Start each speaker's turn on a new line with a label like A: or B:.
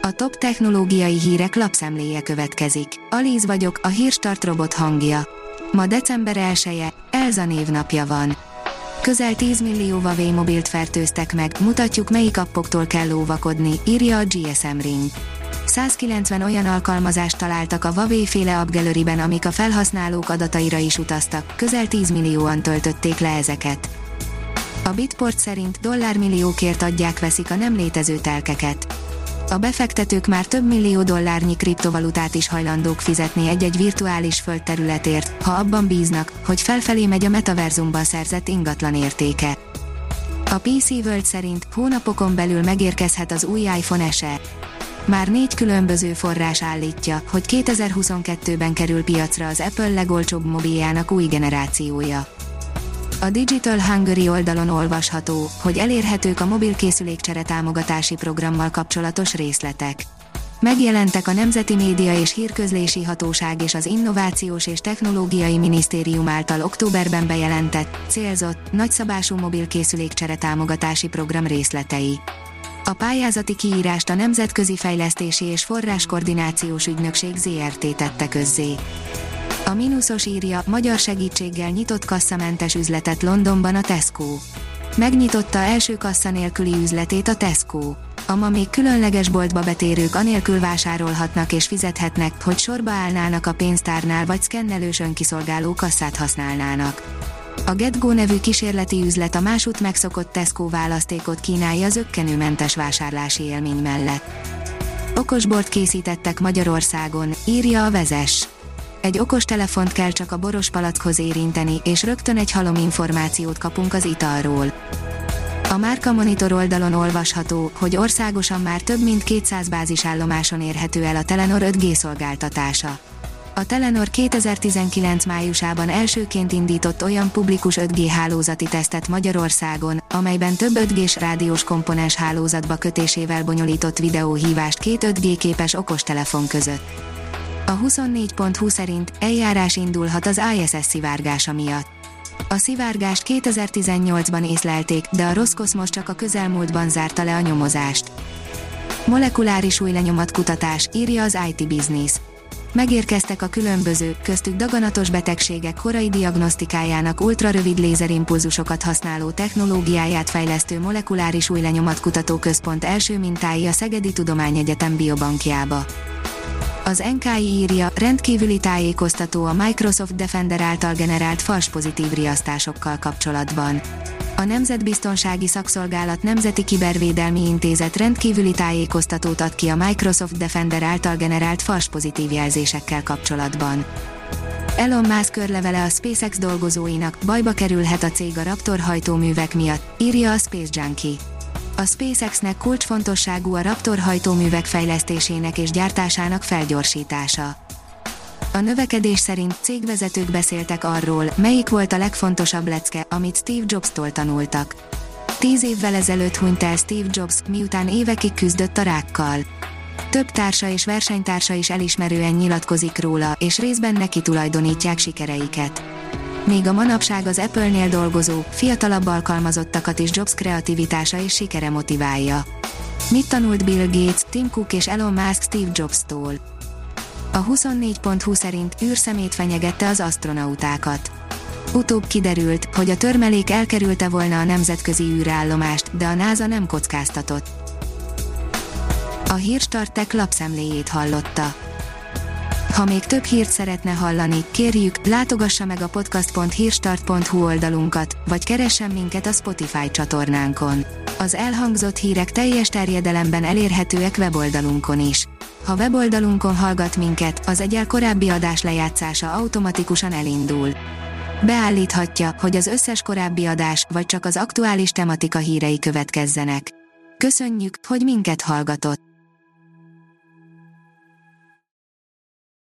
A: A top technológiai hírek lapszemléje következik. Alíz vagyok, a Hírstart robot hangja. Ma december 1-e, Elza névnapja van. Közel 10 millió Huawei mobilt fertőztek meg, mutatjuk, melyik appoktól kell óvakodni, írja a GSM Ring. 190 olyan alkalmazást találtak a Huawei-féle App Gallery-ben, amik a felhasználók adataira is utaztak, közel 10 millióan töltötték le ezeket. A Bitport szerint dollármilliókért adják-veszik a nem létező telkeket. A befektetők már több millió dollárnyi kriptovalutát is hajlandók fizetni egy-egy virtuális földterületért, ha abban bíznak, hogy felfelé megy a metaverzumban szerzett ingatlan értéke. A PC World szerint hónapokon belül megérkezhet az új iPhone SE. Már 4 különböző forrás állítja, hogy 2022-ben kerül piacra az Apple legolcsóbb mobiljának új generációja. A Digital Hungary oldalon olvasható, hogy elérhetők a mobilkészülékcsere támogatási programmal kapcsolatos részletek. Megjelentek a Nemzeti Média és Hírközlési Hatóság és az Innovációs és Technológiai Minisztérium által októberben bejelentett, célzott, nagyszabású mobilkészülékcsere támogatási program részletei. A pályázati kiírást a Nemzetközi Fejlesztési és Forráskoordinációs Ügynökség ZRT tette közzé. A Minusos írja, magyar segítséggel nyitott kasszamentes üzletet Londonban a Tesco. Megnyitotta első kassa nélküli üzletét a Tesco. A ma még különleges boltba betérők anélkül vásárolhatnak és fizethetnek, hogy sorba állnának a pénztárnál vagy szkennelős önkiszolgáló kasszát használnának. A GetGo nevű kísérleti üzlet a másút megszokott Tesco választékot kínálja zökkenőmentes vásárlási élmény mellett. Okosbort készítettek Magyarországon, írja a Vezes. Egy okostelefont kell csak a boros palackhoz érinteni, és rögtön egy halominformációt kapunk az italról. A Márka Monitor oldalon olvasható, hogy országosan már több mint 200 bázisállomáson érhető el a Telenor 5G szolgáltatása. A Telenor 2019 májusában elsőként indított olyan publikus 5G hálózati tesztet Magyarországon, amelyben több 5G-s rádiós komponens hálózatba kötésével bonyolított videóhívást két 5G képes okostelefon között. A 24.hu szerint eljárás indulhat az ISS szivárgása miatt. A szivárgást 2018-ban észlelték, de a Roszkoszmos csak a közelmúltban zárta le a nyomozást. Molekuláris új lenyomatkutatás, írja az IT Business. Megérkeztek a különböző, köztük daganatos betegségek korai diagnosztikájának ultrarövid lézerimpulzusokat használó technológiáját fejlesztő Molekuláris új lenyomatkutató központ első mintái a Szegedi Tudományegyetem biobankjába. Az NKI írja, rendkívüli tájékoztató a Microsoft Defender által generált fals pozitív riasztásokkal kapcsolatban. A Nemzetbiztonsági Szakszolgálat Nemzeti Kibervédelmi Intézet rendkívüli tájékoztatót ad ki a Microsoft Defender által generált fals pozitív jelzésekkel kapcsolatban. Elon Musk körlevele a SpaceX dolgozóinak, bajba kerülhet a cég a Raptor hajtóművek miatt, írja a Space Junkie. A SpaceX-nek kulcsfontosságú a Raptor hajtóművek fejlesztésének és gyártásának felgyorsítása. A növekedés szerint cégvezetők beszéltek arról, melyik volt a legfontosabb lecke, amit Steve Jobstól tanultak. 10 évvel ezelőtt hunyt el Steve Jobs, miután évekig küzdött a rákkal. Több társa és versenytársa is elismerően nyilatkozik róla, és részben neki tulajdonítják sikereiket. Még a manapság az Apple-nél dolgozó, fiatalabb alkalmazottakat is Jobs kreativitása és sikere motiválja. Mit tanult Bill Gates, Tim Cook és Elon Musk Steve Jobstól? A 24.hu szerint űrszemét fenyegette az asztronautákat. Utóbb kiderült, hogy a törmelék elkerülte volna a nemzetközi űrállomást, de a NASA nem kockáztatott. A Hírstart Tech lapszemléjét hallotta. Ha még több hírt szeretne hallani, kérjük, látogassa meg a podcast.hírstart.hu oldalunkat, vagy keressen minket a Spotify csatornánkon. Az elhangzott hírek teljes terjedelemben elérhetőek weboldalunkon is. Ha weboldalunkon hallgat minket, az egyel korábbi adás lejátszása automatikusan elindul. Beállíthatja, hogy az összes korábbi adás, vagy csak az aktuális tematika hírei következzenek. Köszönjük, hogy minket hallgatott!